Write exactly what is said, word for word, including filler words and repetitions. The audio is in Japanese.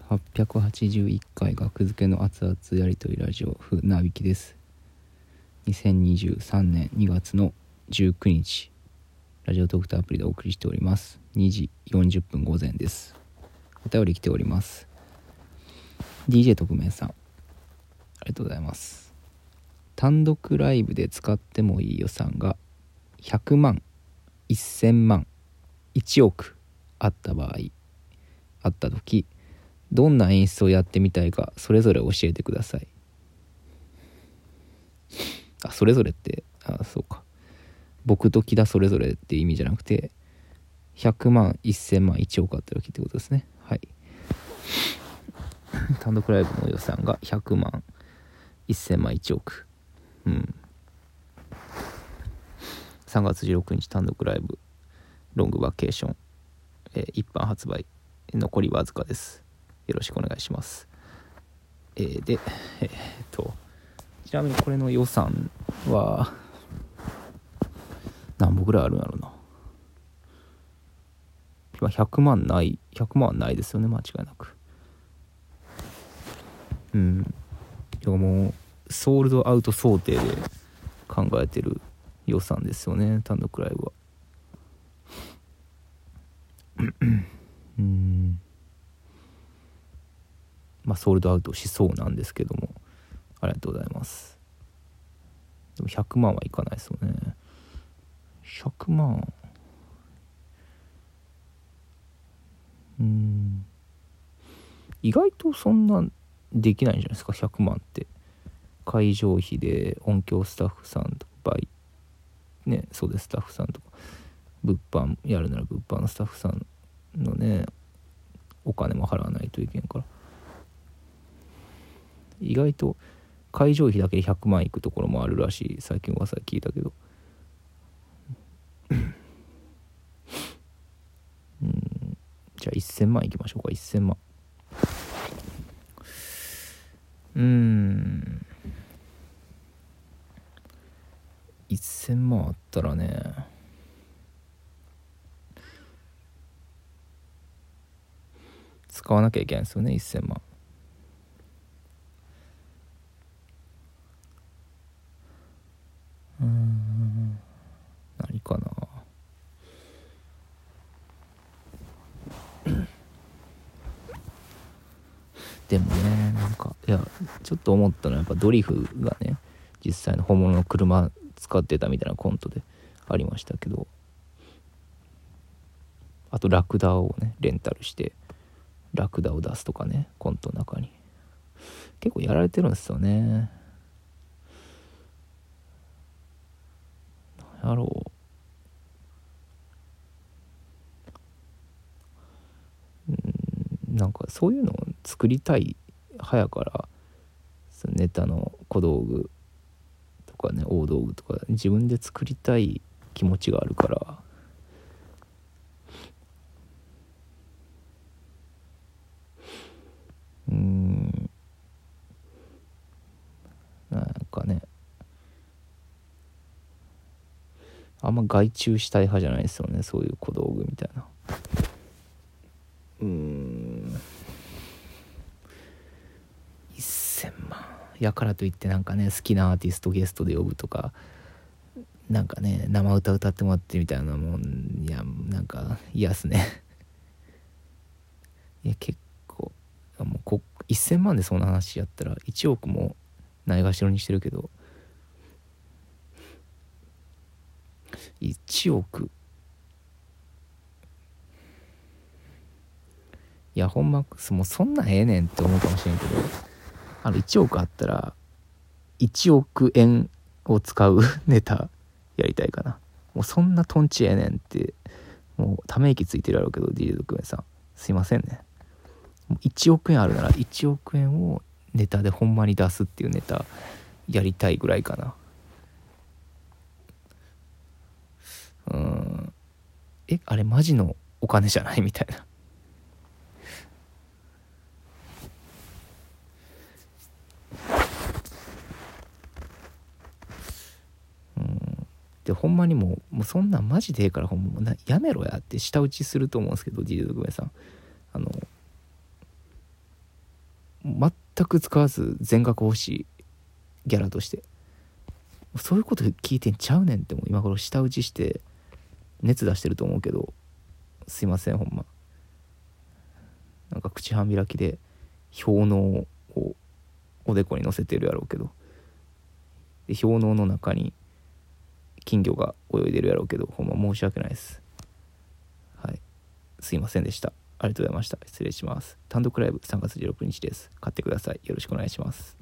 はっぴゃくはちじゅういっかい学付けの熱々やりとりラジオふなびきです。にせんにじゅうさんねんにがつのじゅうくにち、ラジオトークとアプリでお送りしております。にじよんじゅっぷん午前です。お便り来ております。 ディージェー 特命さん、ありがとうございます。単独ライブで使ってもいい予算がひゃくまん、せんまん、いちおくあった場合、あった時どんな演出をやってみたいかそれぞれ教えてください。あ、それぞれって、あ、そうか、僕と木田それぞれって意味じゃなくてひゃくまん、せんまん、いちおくあった時ってことですね。はい。単独ライブの予算がひゃくまん、せんまん、いちおく。うん。さんがつじゅうろくにち単独ライブロングバケーション、えー、一般発売残りわずかです。よろしくお願いします。えー、で、えー、っとちなみにこれの予算は何本ぐらいあるんやろうな。今ひゃくまんない、ひゃくまんはないですよね、間違いなく。うん。いや、もうソールドアウト想定で考えてる予算ですよね、単独ライブは。うん。まあソールドアウトしそうなんですけども、ありがとうございます。でもひゃくまんはいかないですよね。ひゃくまん、うーん、意外とそんなできないんじゃないですか、ひゃくまんって。会場費で音響スタッフさんとかバイね、そうです、スタッフさんとか物販やるなら物販のスタッフさんのねお金も払わないといけんから、意外と会場費だけでひゃくまんいくところもあるらしい、最近噂聞いたけど。うん、じゃあせんまんいきましょうか。せんまん、うーん、せんまんあったらね、使わなきゃいけないんですよね、せんまん。うーん、何かな。でもね、なんかいやちょっと思ったのは、やっぱドリフがね実際の本物の車使ってたみたいなコントでありましたけど、あとラクダをねレンタルしてラクダを出すとかね、コントの中に結構やられてるんですよね。なんやろう、うん、なんかそういうのを作りたい派やから、そのネタの小道具とかね、大道具とか自分で作りたい気持ちがあるから、うーん、なんかね、あんま外注したい派じゃないですよね、そういう小道具みたいな。うーん、せんまんやからといってなんかね、好きなアーティストゲストで呼ぶとか、なんかね生歌歌ってもらってみたいなもん、いやなんか嫌っすね。いや結構もうこせんまんでそんな話やったらいちおくもないがしろにしてるけど、いちおく、いやほんまもうそんなんええねんって思うかもしれんけど、あのいちおくあったらいちおくえんを使うネタやりたいかな。もうそんなトンチええねんって、もうため息ついてるやろうけど ディージェー 特命さんすいませんね。いちおくえんあるならいちおくえんをネタでほんまに出すっていうネタやりたいぐらいかな。うーん、えあれマジのお金じゃないみたいな。うん、でほんまにもう、もうそんなんマジでええからほんまなやめろやって舌打ちすると思うんですけど ディージェー 特命さん、あのく使わず全額欲しいギャラとして、そういうこと聞いてんちゃうねんって、もう今頃舌打ちして熱出してると思うけど、すいませんほんま。なんか口半開きで氷嚢をおでこに乗せてるやろうけど、で氷嚢の中に金魚が泳いでるやろうけど、ほんま申し訳ないです。はい、すいませんでした。ありがとうございました。失礼します。単独ライブさんがつじゅうろくにちです。買ってください。よろしくお願いします。